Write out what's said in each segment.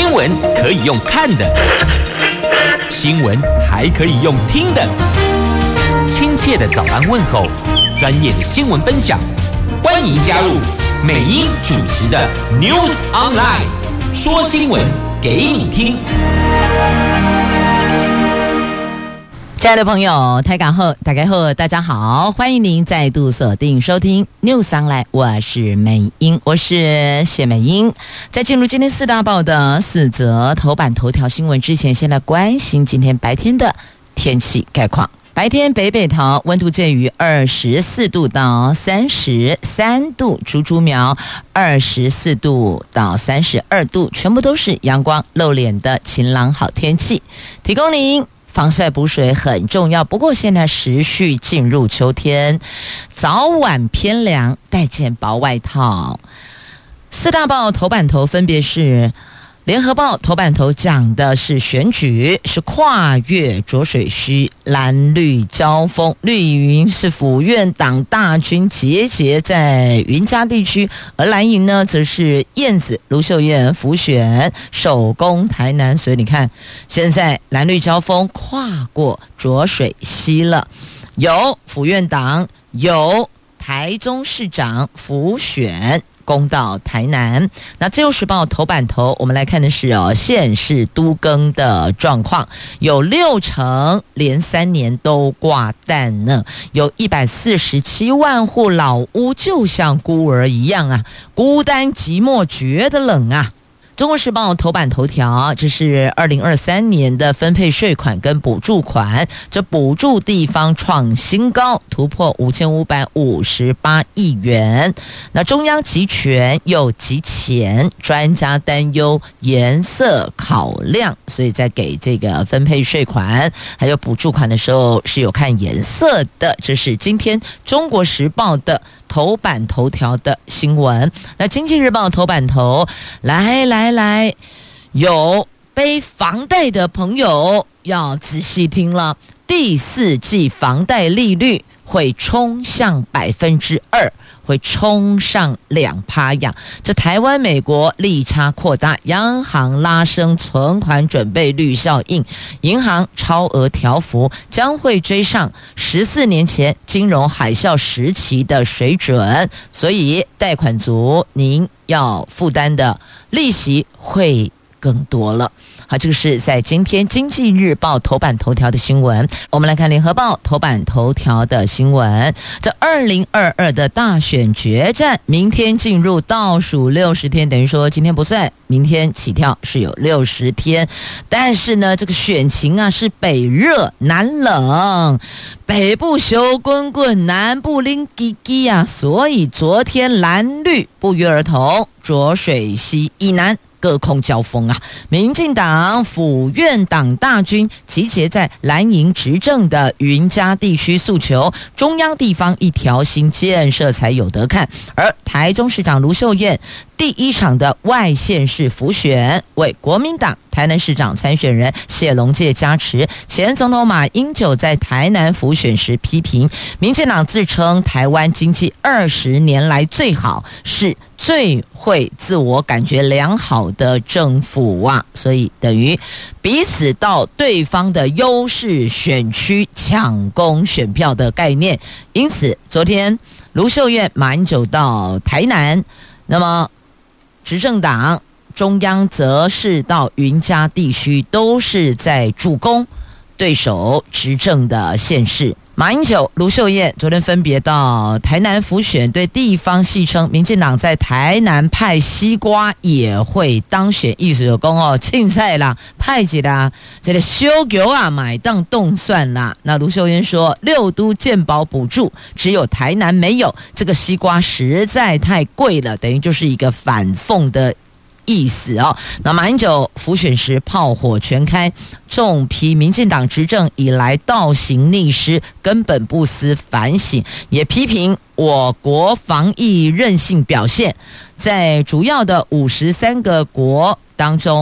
新闻可以用看的，新闻还可以用听的。亲切的早安问候，专业的新闻分享，欢迎加入美英主持的 News Online， 说新闻给你听。 亲爱的朋友，大家好，大家好，欢迎您再度锁定收听 News Online， 我是美英，我是谢美英。在进入今天四大报的4则头版头条新闻之前，先来关心今天白天的天气概况。白天北桃温度介于24度到33度，竹苗24度到32度，全部都是阳光露脸的晴朗好天气，提供您防晒补水很重要。不过现在持续进入秋天，早晚偏凉，带件薄外套。四大报头版头分别是联合报头版头讲的是选举，是跨越浊水溪，蓝绿交锋，绿营是府院党大军节节在云嘉地区，而蓝营呢则是燕子卢秀燕辅选首攻台南。所以你看现在蓝绿交锋跨过浊水溪了，有府院党，有台中市长辅选攻到台南。那自由时报头版头我们来看的是县市都更的状况，有60%连3年都挂蛋呢，有147万户老屋就像孤儿一样啊，孤单寂寞觉得冷啊。中国时报头版头条，这是2023年的分配税款跟补助款，这补助地方创新高，突破5558亿元。那中央集权又集钱，专家担忧颜色考量，所以在给这个分配税款还有补助款的时候是有看颜色的。这是今天中国时报的头版头条的新闻。那经济日报头版头，来，有背房贷的朋友要仔细听了，第4季房贷利率会冲向2%，会冲上2%呀！这台湾美国利差扩大，央行拉升存款准备率效应，银行超额调幅将会追上14年前金融海啸时期的水准，所以贷款族您要负担的利息会更多了。好，这个是在今天经济日报头版头条的新闻。我们来看联合报头版头条的新闻，这2022的大选决战明天进入倒数60天，等于说今天不算，明天起跳是有60天。但是呢，这个选情啊是北热南冷，北部熊滚滚，南部冷叽叽啊，所以昨天蓝绿不约而同，浊水溪以南各空交锋啊！民进党府院党大军集结在蓝营执政的云嘉地区，诉求中央地方一条心，建设才有得看。而台中市长卢秀燕第1场的外县市辅选，为国民党台南市长参选人谢龙介加持。前总统马英九在台南辅选时批评，民进党自称台湾经济20年来最好，是最会自我感觉良好的政府啊，所以等于彼此到对方的优势选区抢攻选票的概念。因此昨天卢秀燕马英九到台南，那么执政党中央则是到云嘉地区，都是在主攻对手执政的县市。马英九、卢秀燕昨天分别到台南辅选，对地方戏称民进党在台南派西瓜也会当选，意思有说凊彩啦，派一啦，这个小球啊买当动算啦。那卢秀燕说，6都健保补助只有台南没有，这个西瓜实在太贵了，等于就是一个反讽的意思哦。那马英九辅选时炮火全开，重批民进党执政以来倒行逆施，根本不思反省，也批评我国防疫韧性表现，在主要的53个国当中，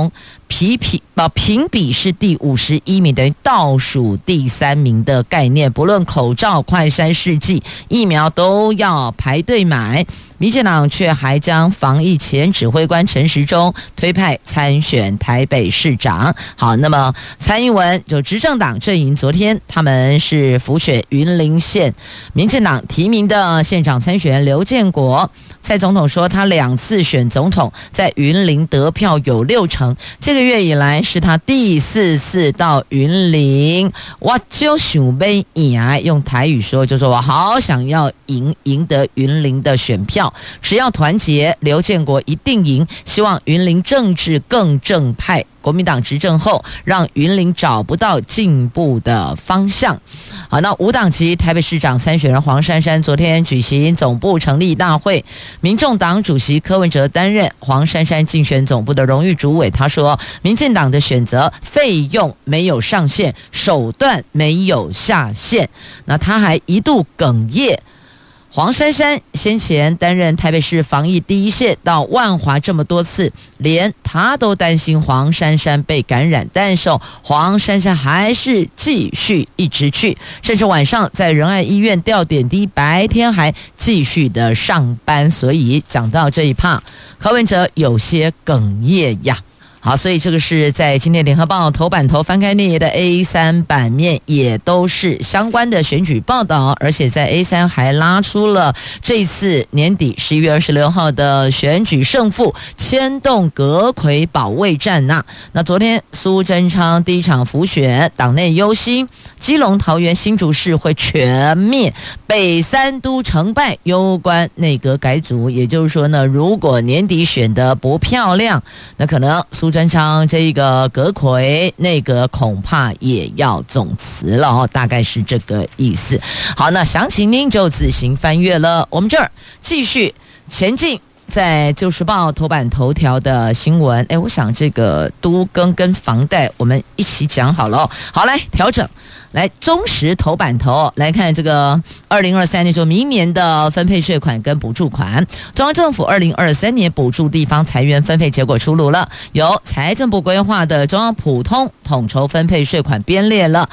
评比是第51名，等于倒数第3名的概念。不论口罩、快筛试剂、疫苗都要排队买。民进党却还将防疫前指挥官陈时中推派参选台北市长。好，那么蔡英文就执政党阵营，昨天他们是辅选云林县民进党提名的县长参选人刘建国。蔡总统说，他2次选总统在云林得票有60%，这个月以来是他第4次到云林。我就想要赢，用台语说就说我好想要赢得云林的选票，只要团结，刘建国一定赢。希望云林政治更正派，国民党执政后让云林找不到进步的方向。好，那无党籍台北市长参选人黄珊珊昨天举行总部成立大会，民众党主席柯文哲担任黄珊珊竞选总部的荣誉主委。他说，民进党的选择费用没有上限，手段没有下限。那他还一度哽咽，黄珊珊先前担任台北市防疫第一线，到万华这么多次，连他都担心黄珊珊被感染，但是黄珊珊还是继续一直去，甚至晚上在仁爱医院吊点滴，白天还继续的上班。所以讲到这一趴，柯文哲有些哽咽呀。好，所以这个是在今天联合报头版头翻开内页的 A3 版面，也都是相关的选举报道，而且在 A3 还拉出了这次年底11月26号的选举胜负，牵动阁揆保卫战呐。那昨天苏贞昌第一场辅选，党内忧心基隆、桃园、新竹市会全灭，北3都成败，攸关内阁改组。也就是说呢，如果年底选得不漂亮，那可能苏贞昌这个阁揆内阁恐怕也要总辞了哦，大概是这个意思。好，那详情您就自行翻阅了。我们这儿继续前进，在《旧时报》头版头条的新闻，我想这个都更跟房贷我们一起讲好了哦。好，来调整。来，中时头版头来看这个2023年，就明年的分配税款跟补助款。中央政府2023年补助地方财源分配结果出炉了，由财政部规划的中央普通统筹分配税款编列了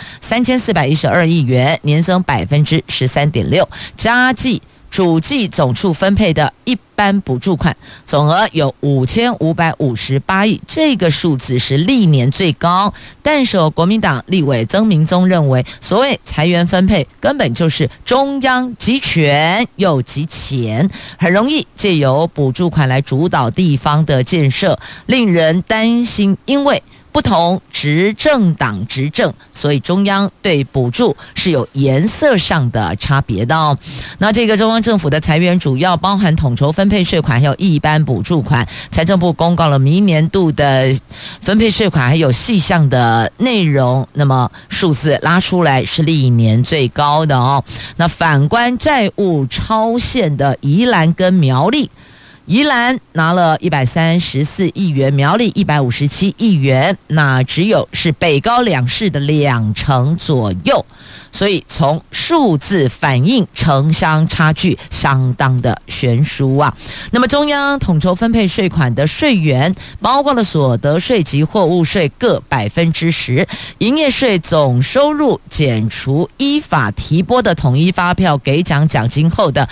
3412亿元，年增13.6%，加计主计总处分配的一般补助款总额有5558亿，这个数字是历年最高。但是国民党立委曾明宗认为，所谓财源分配根本就是中央集权又集钱，很容易借由补助款来主导地方的建设，令人担心，因为不同执政党执政，所以中央对补助是有颜色上的差别的哦。那这个中央政府的财源主要包含统筹分配税款还有一般补助款，财政部公告了明年度的分配税款还有细项的内容，那么数字拉出来是历年最高的哦。那反观债务超限的宜兰跟苗栗，宜兰拿了134亿元，苗栗157亿元，那只有是北高两市的20%左右，所以从数字反映城乡差距相当的悬殊啊。那么中央统筹分配税款的税源包括了所得税及货物税各10%，营业税总收入减除依法提拨的统一发票给奖奖金后的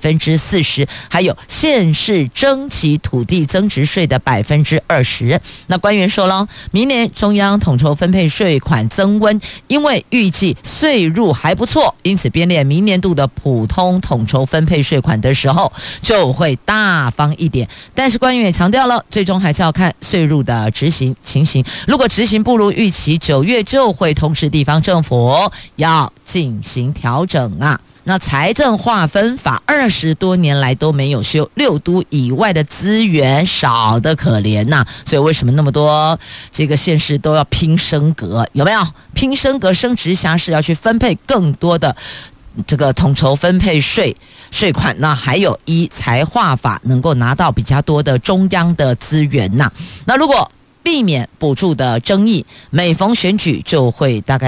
40%，还有县市征期土地增值税的20%。那官员说了，明年中央统筹分配税款增温，因为预计税入还不错，因此编列明年度的普通统筹分配税款的时候就会大方一点。但是官员也强调了，最终还是要看税入的执行情形，如果执行不如预期，9月就会通知地方政府要进行调整啊。那财政划分法20多年来都没有修，6都以外的资源少得可怜呐，所以为什么那么多这个县市都要拼升格？有没有拼升格升直辖市要去分配更多的这个统筹分配税款？那还有依财划法能够拿到比较多的中央的资源呐。那如果避免补助的争议，每逢选举就会大概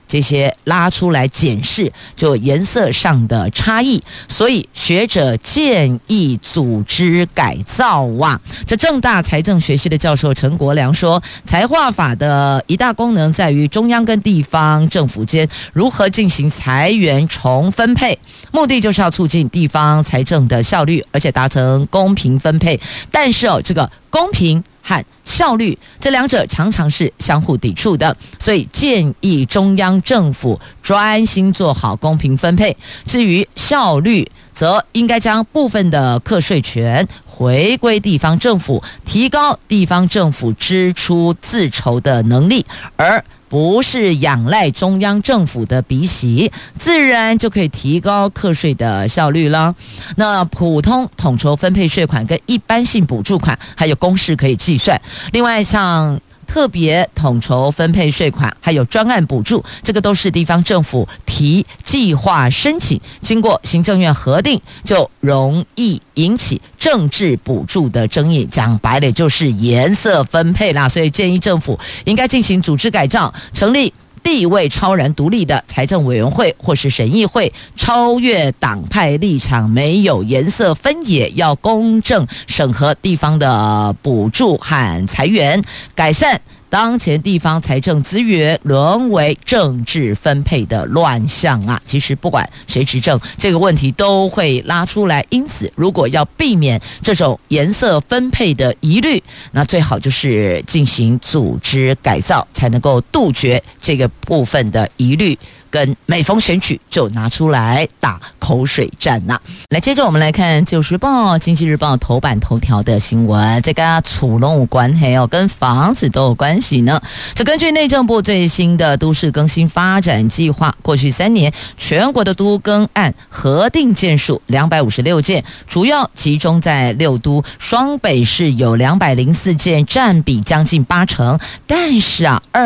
这些拉出来检视，就颜色上的差异，所以学者建议组织改造啊。这政大财政学系的教授陈国良说，财划法的一大功能在于中央跟地方政府间如何进行财源重分配，目的就是要促进地方财政的效率，而且达成公平分配。但是这个公平和效率这两者常常是相互抵触的，所以建议中央政府专心做好公平分配，至于效率则应该将部分的课税权回归地方政府，提高地方政府支出自筹的能力，而不是仰赖中央政府的鼻息，自然就可以提高课税的效率了。那普通统筹分配税款跟一般性补助款还有公式可以计算，另外像特别统筹分配税款还有专案补助，这个都是地方政府提计划申请，经过行政院核定，就容易引起政治补助的争议，讲白了就是颜色分配啦。所以建议政府应该进行组织改造，成立地位超然独立的财政委员会或是审议会，超越党派立场，没有颜色分野，要公正审核地方的补助和财源，改善当前地方财政资源沦为政治分配的乱象啊！其实不管谁执政，这个问题都会拉出来。因此，如果要避免这种颜色分配的疑虑，那最好就是进行组织改造，才能够杜绝这个部分的疑虑。跟每逢选举就拿出来打口水战呐。来，接着我们来看《自由时报》、《经济日报》头版头条的新闻，这跟厝拢有关系哦，跟房子都有关系呢。这根据内政部最新的都市更新发展计划，过去3年全国的都更案核定件数256件，主要集中在6都，双北市有204件，占比将近80%。但是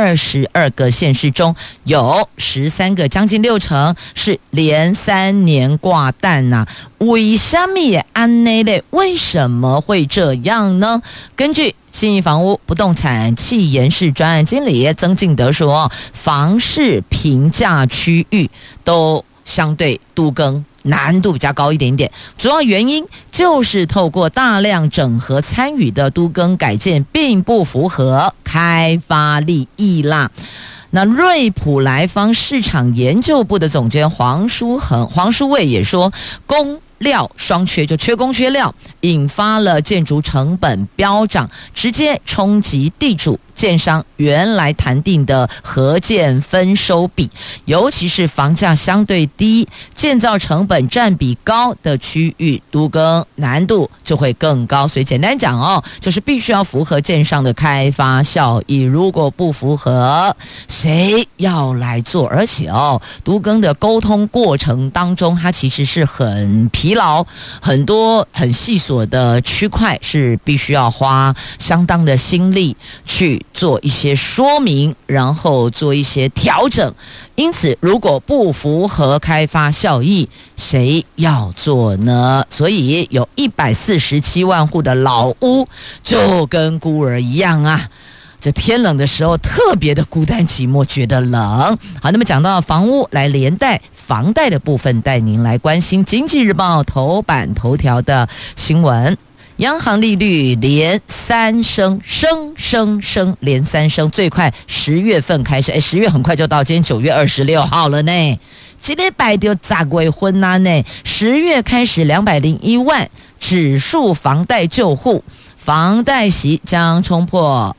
22个县市中有13个，将近60%是连3年挂蛋呐。为什么也安内嘞？为什么会这样呢？根据信义房屋不动产企研室专案经理曾敬德说，房市平价区域都相对都更难度比较高一点点，主要原因就是透过大量整合参与的都更改建并不符合开发利益啦。那瑞普来方市场研究部的总监黄书卫也说，工料双缺，就缺工缺料，引发了建筑成本飙涨，直接冲击地主建商原来谈定的合建分收比，尤其是房价相对低、建造成本占比高的区域，都更难度就会更高。所以简单讲就是必须要符合建商的开发效益，如果不符合，谁要来做？而且都更的沟通过程当中，它其实是很疲劳，很多很细琐的区块是必须要花相当的心力去做一些说明，然后做一些调整。因此如果不符合开发效益，谁要做呢？所以有147万户的老屋就跟孤儿一样啊，这天冷的时候特别的孤单寂寞，觉得冷。好，那么讲到房屋，来连带房贷的部分，带您来关心《经济日报》头版头条的新闻。央行利率连3升，连3升，最快10月份开始，10月很快就到，今天9月26号了呢，这礼拜就咋过婚啦呢？10月开始201万指数房贷救护，房贷息将冲破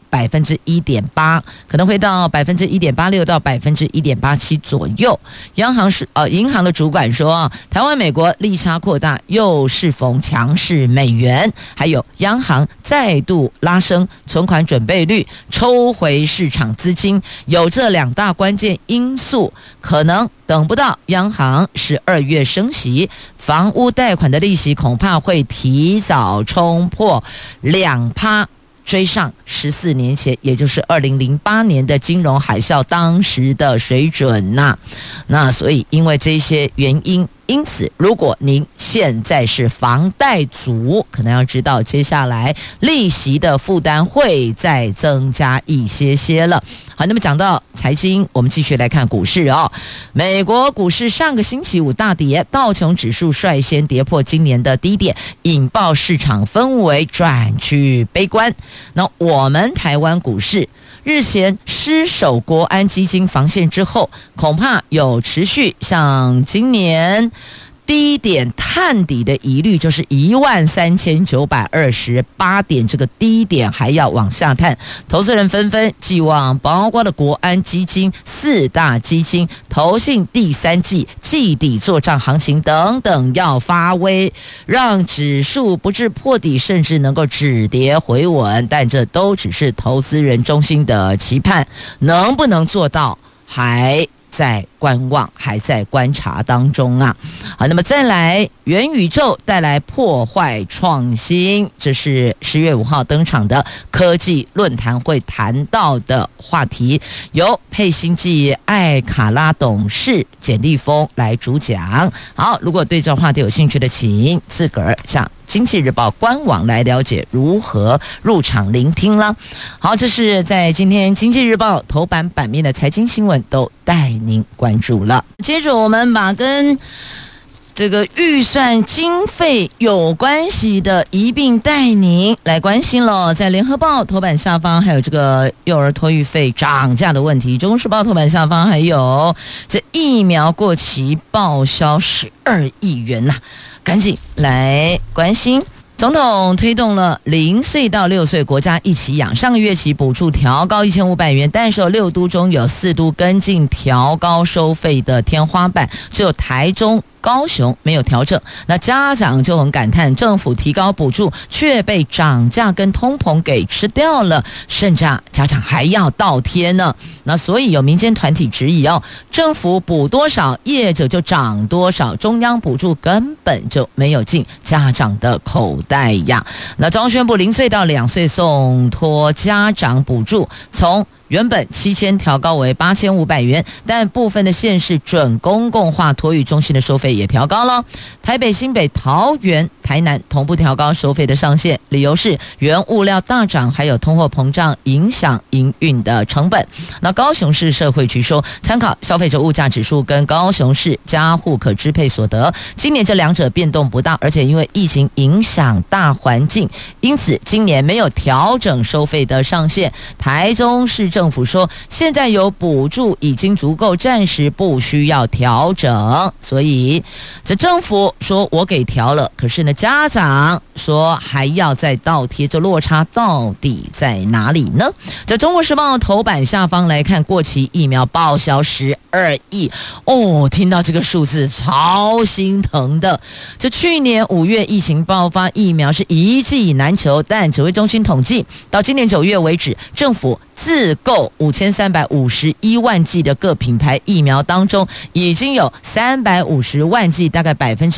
1.8%，可能会到1.86%到1.87%左右。银行的主管说，台湾美国利差扩大，又适逢强势美元，还有央行再度拉升存款准备率，抽回市场资金，有这2大关键因素，可能等不到央行12月升息，房屋贷款的利息恐怕会提早冲破2%。追上14年前，也就是2008年的金融海啸当时的水准呐。那所以因为这些原因，因此如果您现在是房贷族，可能要知道接下来利息的负担会再增加一些了。 好，那么讲到财经，我们继续来看股市哦。美国股市上个星期五大跌，道琼指数率先跌破今年的低点，引爆市场氛围转趋悲观。那我们台湾股市日前失守国安基金防线之后，恐怕有持续像今年低点探底的疑虑，就是13928点这个低点还要往下探，投资人纷纷寄望包括了国安基金、4大基金、投信第三季季底作账行情等等要发威，让指数不致破底，甚至能够止跌回稳，但这都只是投资人衷心的期盼，能不能做到还在观望，还在观察当中啊。好，那么再来，元宇宙带来破坏创新，这是10月5号登场的科技论坛会谈到的话题，由佩欣记艾卡拉董事简立峰来主讲。好，如果对这话题有兴趣的，请自个儿向经济日报官网来了解如何入场聆听了。好，这是在今天经济日报头版版面的财经新闻都带您关注了。接着我们把跟这个预算经费有关系的一并带您来关心了。在联合报头版下方还有这个幼儿托育费涨价的问题，中时报头版下方还有这疫苗过期报销12亿元呐，赶紧来关心。总统推动了0岁到6岁国家一起养，上个月起补助调高1500元，但是6都中有4都跟进调高收费的天花板，只有台中高雄没有调整，那家长就很感叹，政府提高补助却被涨价跟通膨给吃掉了，甚至家长还要倒贴呢。那所以有民间团体质疑政府补多少业者就涨多少，中央补助根本就没有进家长的口袋呀。那中央宣布0岁到2岁送托家长补助从原本7000调高为8500元，但部分的县市准公共化托育中心的收费也调高了。台北、新北、桃园、台南同步调高收费的上限，理由是原物料大涨，还有通货膨胀影响营运的成本。那高雄市社会局说，参考消费者物价指数跟高雄市家户可支配所得，今年这两者变动不大，而且因为疫情影响大环境，因此今年没有调整收费的上限。台中市政府说，现在有补助已经足够，暂时不需要调整。所以这政府说我给调了，可是呢家长说还要再倒贴，这落差到底在哪里呢？这中国时报头版下方来看，过期疫苗报销12亿听到这个数字超心疼的。这去年5月疫情爆发，疫苗是一剂难求，但指挥中心统计到今年9月为止，政府自购5351万剂的各品牌疫苗当中，已经有350万剂，大概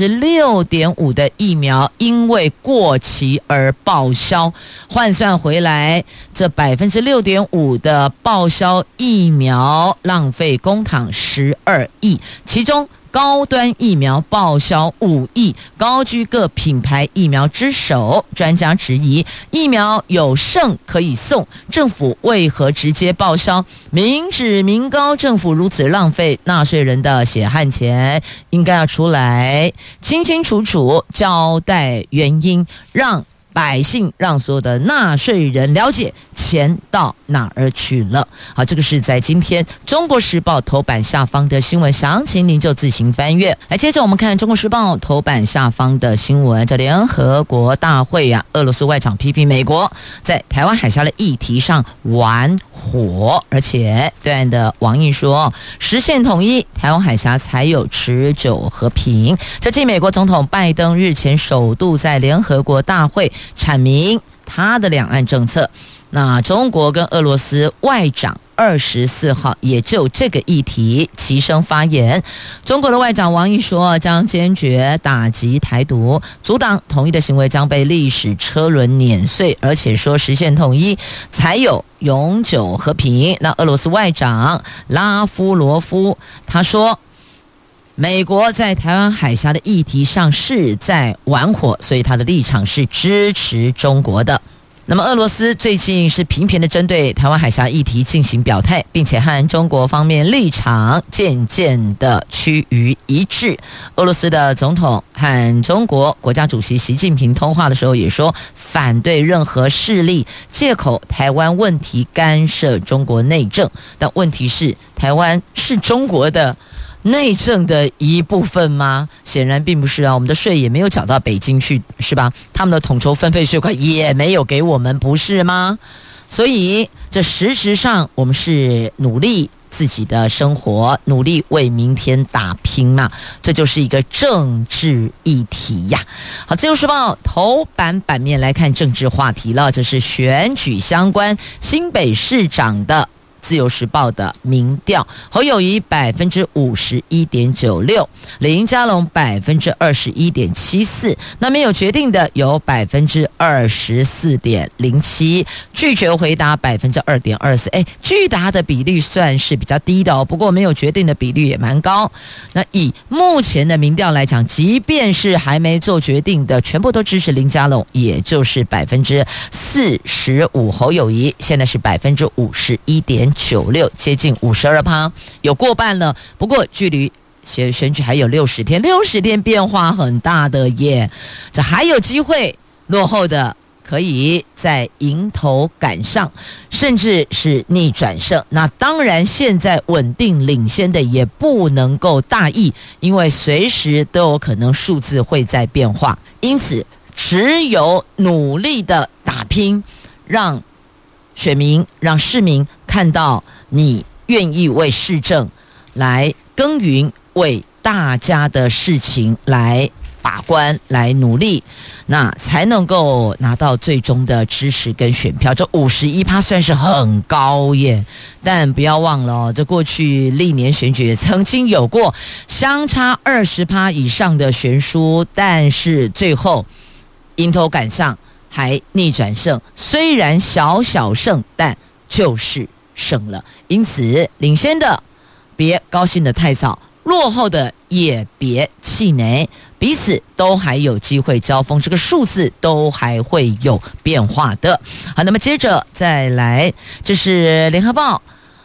6.5%的疫苗因为过期而报销，换算回来，这6.5%的报销疫苗浪费公帑12亿，其中高端疫苗报销5亿，高居各品牌疫苗之首。专家质疑，疫苗有剩可以送，政府为何直接报销？民脂民膏，政府如此浪费纳税人的血汗钱，应该要出来清清楚楚交代原因，让百姓，让所有的纳税人了解钱到哪儿去了。好，这个是在今天中国时报头版下方的新闻，详情您就自行翻阅。来，接着我们看中国时报头版下方的新闻，在联合国大会俄罗斯外长批评美国在台湾海峡的议题上玩火，而且对岸的王毅说，实现统一，台湾海峡才有持久和平。这继美国总统拜登日前首度在联合国大会阐明他的两岸政策，那中国跟俄罗斯外长24号也就这个议题齐声发言。中国的外长王毅说，将坚决打击台独，阻挡统一的行为将被历史车轮碾碎，而且说实现统一才有永久和平。那俄罗斯外长拉夫罗夫他说，美国在台湾海峡的议题上是在玩火，所以他的立场是支持中国的。 那么俄罗斯最近是频频的针对台湾海峡议题进行表态，并且和中国方面立场渐渐的趋于一致。俄罗斯的总统和中国国家主席习近平通话的时候也说，反对任何势力借口台湾问题干涉中国内政。但问题是，台湾是中国的内政的一部分吗？显然并不是啊，我们的税也没有缴到北京去，是吧？他们的统筹分配税款也没有给我们，不是吗？所以这实质上我们是努力自己的生活，努力为明天打拼嘛，这就是一个政治议题呀。好，自由时报头版版面来看政治话题了，这是选举相关，新北市长的自由时报的民调，侯友宜51.96%，林佳龙21.74%，那没有决定的有24.07%，拒绝回答2.24%，拒答的比率算是比较低的哦，不过没有决定的比率也蛮高。那以目前的民调来讲，即便是还没做决定的，全部都支持林佳龙，也就是45%，侯友宜现在是51.96%，接近52%，有过半了。不过距离选举还有60天，60天变化很大的耶，这还有机会落后的可以在迎头赶上，甚至是逆转胜。那当然现在稳定领先的也不能够大意，因为随时都有可能数字会在变化，因此只有努力的打拼，让选民让市民看到你愿意为市政来耕耘，为大家的事情来把关来努力，那才能够拿到最终的支持跟选票。这51%算是很高耶，但不要忘了哦，这过去历年选举曾经有过相差20%以上的悬殊，但是最后迎头赶上还逆转胜，虽然小胜，但就是胜了。因此领先的别高兴得太早，落后的也别气馁，彼此都还有机会交锋，这个数字都还会有变化的。好，那么接着再来，这是联合报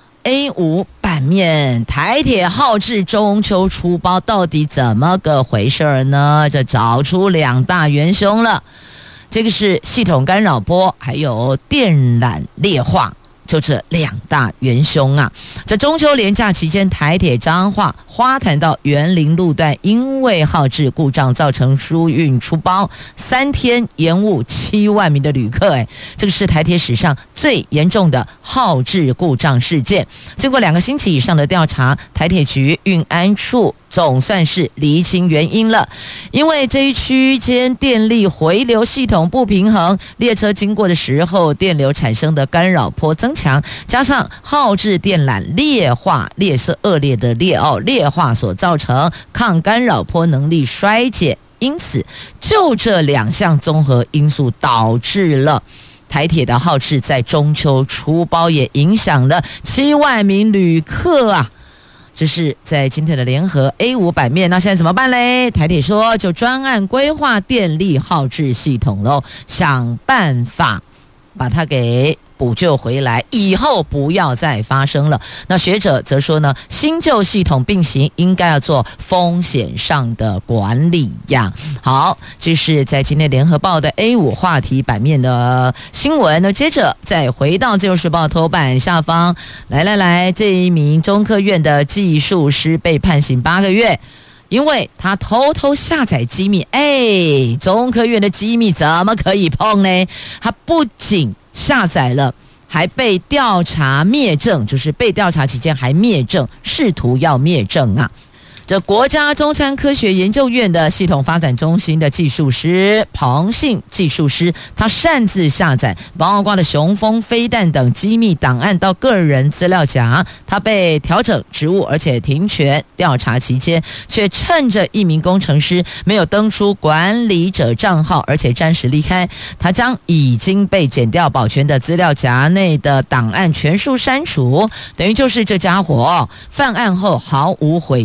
A5 版面，台铁号志中秋出包，到底怎么个回事呢？这找出2大元凶了，这个是系统干扰波，还有电缆劣化，就这2大元凶啊。在中秋连假期间，台铁彰化花坛到园林路段因为号志故障造成疏运出包，3天延误7万名的旅客，这个是台铁史上最严重的号志故障事件。经过2个星期以上的调查，台铁局运安处总算是厘清原因了。因为这一区间电力回流系统不平衡，列车经过的时候电流产生的干扰波增强，加上号志电缆劣化，劣是恶劣的劣化所造成抗干扰波能力衰减，因此就这2项综合因素导致了台铁的号志在中秋出包，也影响了7万名旅客啊。这是在今天的联合 A5 版面。那现在怎么办嘞？台铁说就专案规划电力号志系统咯，想办法把它给补救回来，以后不要再发生了。那学者则说呢，新旧系统并行，应该要做风险上的管理呀。好，这是在今天联合报的 A5 话题版面的新闻。那接着再回到自由时报头版下方，来，这一名中科院的技术师被判刑8个月。因为他偷偷下载机密，中科院的机密怎么可以碰呢？他不仅下载了，还被调查灭证，就是被调查期间还灭证，试图要灭证啊。这国家中山科学研究院的系统发展中心的技术师彭姓技术师，他擅自下载包括的雄风飞弹等机密档案到个人资料夹，他被调整职务，而且停权调查期间，却趁着一名工程师没有登出管理者账号，而且暂时离开，他将已经被检调保全的资料夹内的档案全数删除，等于就是这家伙犯案后毫无悔意。那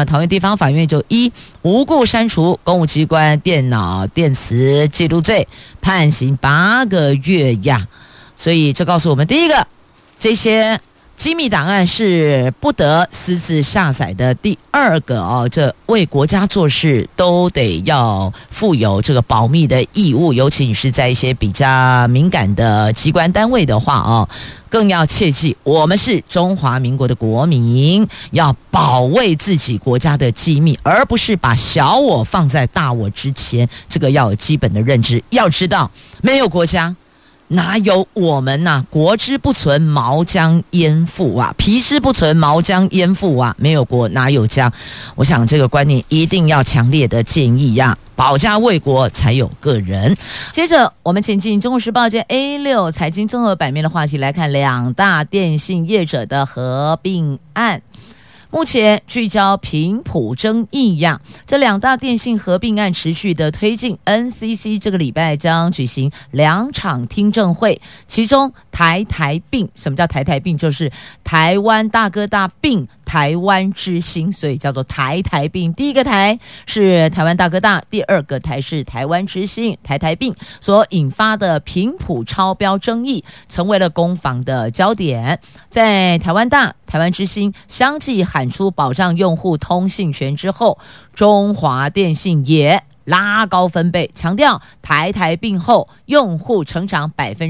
呢，桃园地方法院就依无故删除公务机关电脑电磁记录罪，判刑8个月呀。所以这告诉我们，第一个，这些机密档案是不得私自下载的。第二个这为国家做事都得要负有这个保密的义务，尤其你是在一些比较敏感的机关单位的话更要切记，我们是中华民国的国民，要保卫自己国家的机密，而不是把小我放在大我之前。这个要有基本的认知，要知道没有国家哪有我们呐？国之不存，毛将焉附啊？皮之不存，毛将焉附啊？没有国，哪有家？我想这个观念一定要强烈的建议呀！保家卫国才有个人。接着，我们前进《中国时报》这 A6 财经综合版面的话题来看2大电信业者的合并案。目前聚焦频谱争议呀，这2大电信合并案持续的推进。NCC 这个礼拜将举行2场听证会，其中台并，什么叫台并？就是台湾大哥大并台湾之星，所以叫做台并。第一个台是台湾大哥大，第二个台是台湾之星，台并所引发的频谱超标争议，成为了攻防的焦点。在台湾大、台湾之星相继喊出保障用户通信权之后，中华电信也拉高分贝，强调台并后用户成长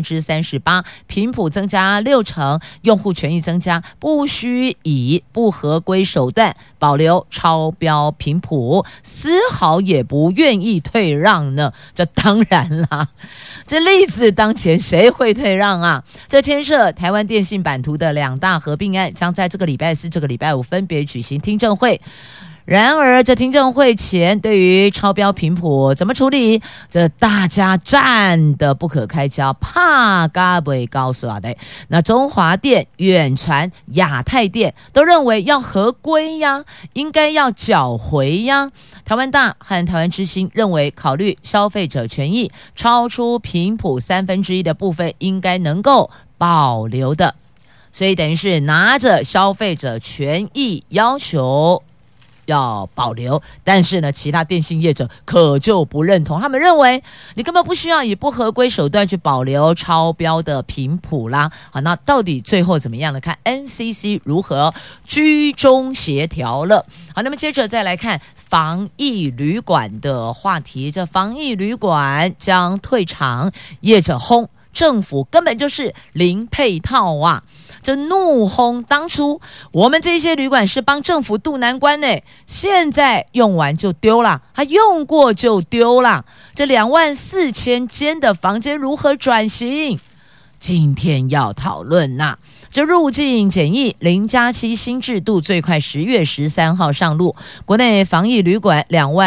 38%，频谱增加60%，用户权益增加，不需以不合规手段保留超标频谱，丝毫也不愿意退让呢。这当然啦，这例子当前，谁会退让啊？这牵涉台湾电信版图的2大合并案，将在这个礼拜4、这个礼拜5分别举行听证会。然而，这听证会前对于超标频谱怎么处理，这大家战得不可开交，怕嘎不告诉啊的。那中华电、远传、亚太电都认为要合规呀，应该要缴回呀。台湾大和台湾之星认为，考虑消费者权益，超出频谱1/3的部分应该能够保留的。所以等于是拿着消费者权益要求要保留，但是呢，其他电信业者可就不认同，他们认为你根本不需要以不合规手段去保留超标的频谱啦。好，那到底最后怎么样呢？看 NCC 如何居中协调了。好，那么接着再来看防疫旅馆的话题，这防疫旅馆将退场，业者轰政府根本就是零配套啊！这怒轰当初我们这些旅馆是帮政府渡难关呢，现在用完就丢了，还用过就丢了。这24000间的房间如何转型？今天要讨论呐。这入境检疫0+7新制度最快10月13号上路，国内防疫旅馆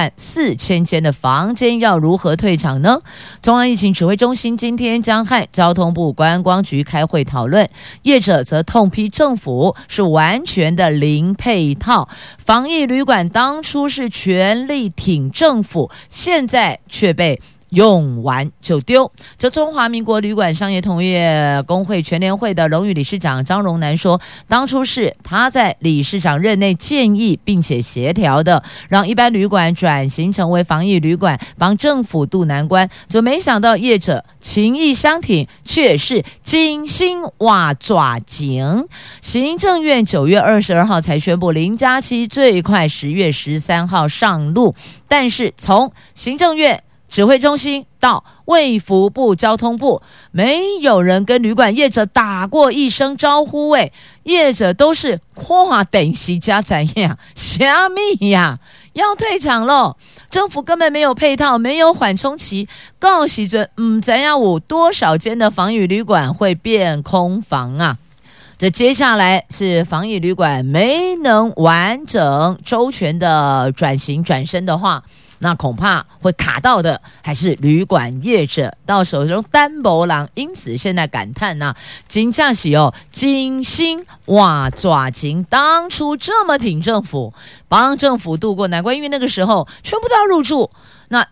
24000间的房间要如何退场呢？中央疫情指挥中心今天将和交通部观光局开会讨论，业者则痛批政府是完全的零配套，防疫旅馆当初是全力挺政府，现在却被用完就丢。这中华民国旅馆商业同业工会全联会的荣誉理事长张荣南说，当初是他在理事长任内建议并且协调的，让一般旅馆转型成为防疫旅馆，帮政府渡难关，就没想到业者情意相挺，却是精心挖爪井。行政院9月22号才宣布0+7最快10月13号上路，但是从行政院指挥中心到卫福部、交通部，没有人跟旅馆业者打过一声招呼，业者都是跨等息加怎样？虾米呀？要退场了，政府根本没有配套，没有缓冲期，告时阵怎样有多少间的防疫旅馆会变空房啊？这接下来是防疫旅馆没能完整周全的转型转身的话，那恐怕会卡到的还是旅馆业者，到手中单薄狼。因此现在感叹真的是精心挖爪井，当初这么挺政府，帮政府渡过难关，因为那个时候全部都要入住，那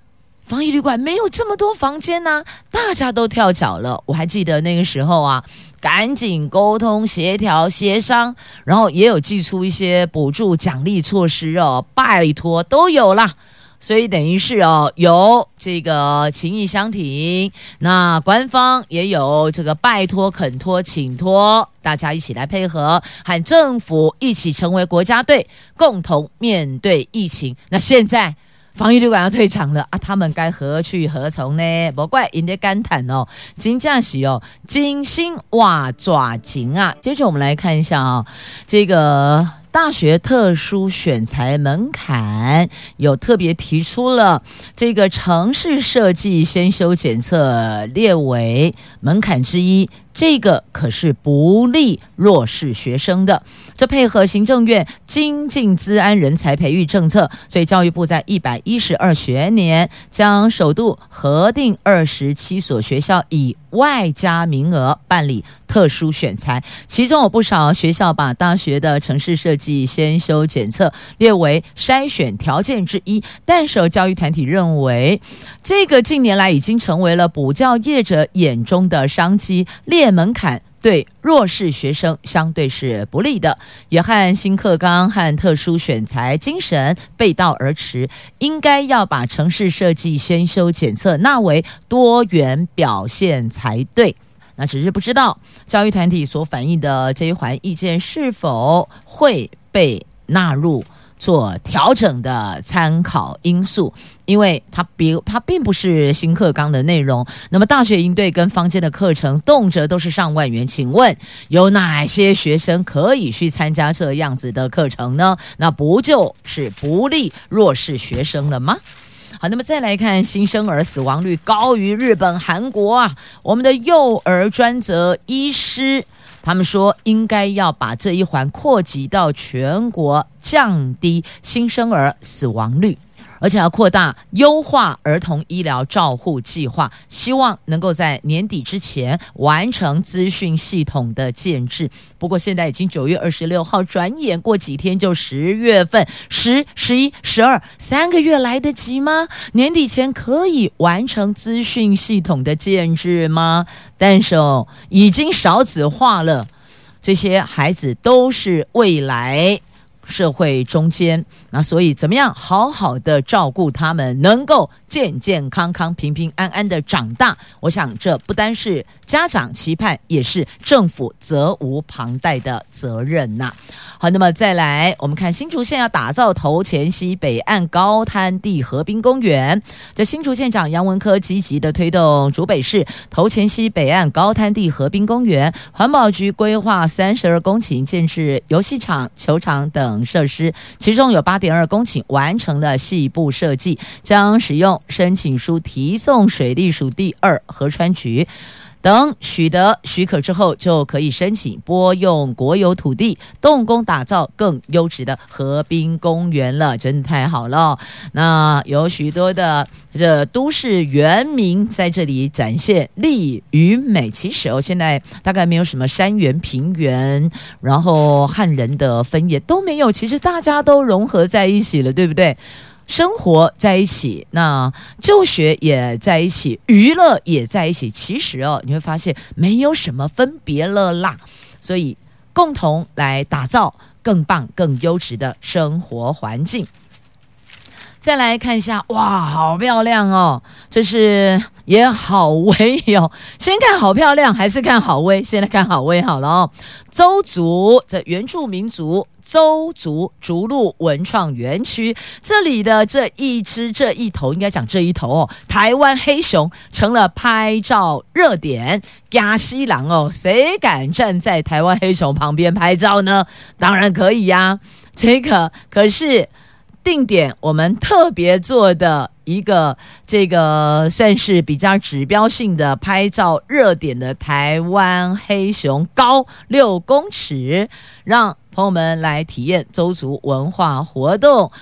防疫旅馆没有这么多房间啊，大家都跳脚了。我还记得那个时候啊，赶紧沟通协调协商，然后也有祭出一些补助奖励措施哦，拜托都有啦。所以等于是有这个情义相挺，那官方也有这个拜托恳托请托，大家一起来配合，和政府一起成为国家队，共同面对疫情。那现在防疫旅馆要退场了啊，他们该何去何从呢？不怪人家感叹哦，真正是精心哇抓紧啊。接着我们来看一下这个大学特殊选才门槛有特别提出了这个城市设计先修检测列为门槛之一，这个可是不利弱势学生的。这配合行政院精进资安人才培育政策，所以教育部在112学年将首度核定27所学校以外加名额办理特殊选才，其中有不少学校把大学的城市设计先修检测列为筛选条件之一，但是有教育团体认为，这个近年来已经成为了补教业者眼中的商机，列门槛对弱势学生相对是不利的，也和新课纲和特殊选才精神背道而驰，应该要把城市设计先修检测纳为多元表现才对。那只是不知道教育团体所反映的这一环意见是否会被纳入做调整的参考因素，因为它并不是新课纲的内容。那么大学营队跟坊间的课程动辄都是上万元，请问有哪些学生可以去参加这样子的课程呢？那不就是不利弱势学生了吗？好，那么再来看新生儿死亡率高于日本、韩国啊，我们的幼儿专责医师他们说，应该要把这一环扩及到全国，降低新生儿死亡率，而且要扩大优化儿童医疗照护计划，希望能够在年底之前完成资讯系统的建制。不过现在已经9月26号，转眼过几天就10月份，10、11、12 3个月来得及吗？年底前可以完成资讯系统的建制吗？但是已经少子化了，这些孩子都是未来社会中间，那所以怎么样好好的照顾他们，能够健健康康、平平安安的长大，我想这不单是家长期盼，也是政府责无旁贷的责任呐。好，那么再来我们看新竹县要打造头前溪北岸高滩地河滨公园，这新竹县长杨文科积极的推动竹北市头前溪北岸高滩地河滨公园，环保局规划32公顷建置游戏场、球场等设施，其中有8.2公顷完成了细部设计，将使用申请书提送水利署第2河川局，等取得许可之后，就可以申请拨用国有土地，动工打造更优质的河滨公园了，真的太好了。那有许多的这都市原民在这里展现力与美，其实现在大概没有什么山原平原，然后汉人的分野都没有，其实大家都融合在一起了，对不对？生活在一起，那就学也在一起，娱乐也在一起，其实你会发现没有什么分别了啦。所以共同来打造更棒更优质的生活环境。再来看一下，哇，好漂亮哦，这是也好威哦。先看好漂亮还是看好威？现在看好威好了哦。邹族这原住民族邹族竹鹿文创园区，这里的这一头应该讲这一头哦，台湾黑熊成了拍照热点，加西郎哦，谁敢站在台湾黑熊旁边拍照呢？当然可以呀，这个可是定点我们特别做的一个这个算是比较指标性的拍照热点的台湾黑熊，高6公尺，让朋友们来体验邹族文化活动。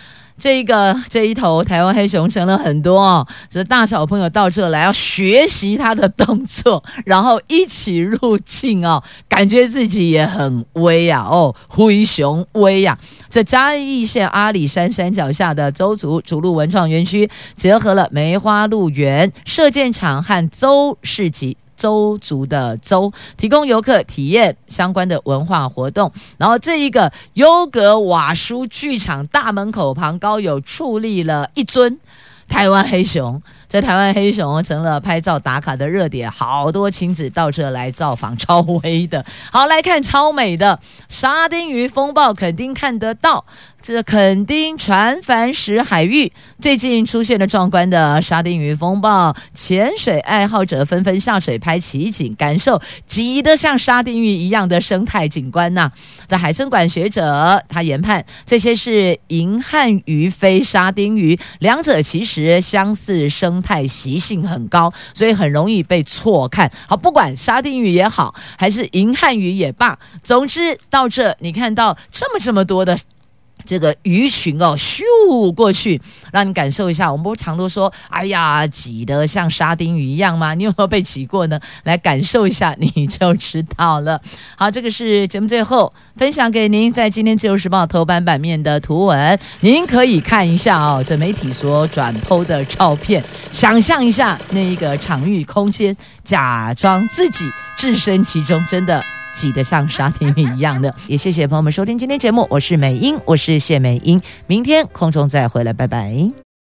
这一头台湾黑熊成了很多哦，这大小朋友到这来要学习它的动作，然后一起入境哦，感觉自己也很威啊哦，灰熊威啊！这嘉义县阿里山山脚下的邹族竹鹿文创园区，结合了梅花鹿园、射箭场和邹市集。邹族的邹，提供游客体验相关的文化活动。然后这一个优格瓦书剧场大门口旁高有矗立了一尊台湾黑熊，这台湾黑熊成了拍照打卡的热点，好多亲子到这来造访，超威的。好，来看超美的沙丁鱼风暴，垦丁看得到。这垦丁船帆石海域最近出现了壮观的沙丁鱼风暴，潜水爱好者纷纷下水拍奇景，感受挤得像沙丁鱼一样的生态景观呐。这海生馆学者他研判，这些是银汉鱼非沙丁鱼，两者其实相似，生态习性很高，所以很容易被错看。好，不管沙丁鱼也好，还是银汉鱼也罢，总之到这你看到这么多的这个鱼群哦，咻过去，让你感受一下。我们不常都说，哎呀，挤得像沙丁鱼一样吗？你有没有被挤过呢？来感受一下，你就知道了。好，这个是节目最后分享给您，在今天自由时报头版版面的图文，您可以看一下哦，这媒体所转po的照片，想象一下那一个场域空间，假装自己置身其中，真的挤得像沙丁鱼一样的。也谢谢朋友们收听今天节目，我是美英，我是谢美英，明天空中再回来，拜拜。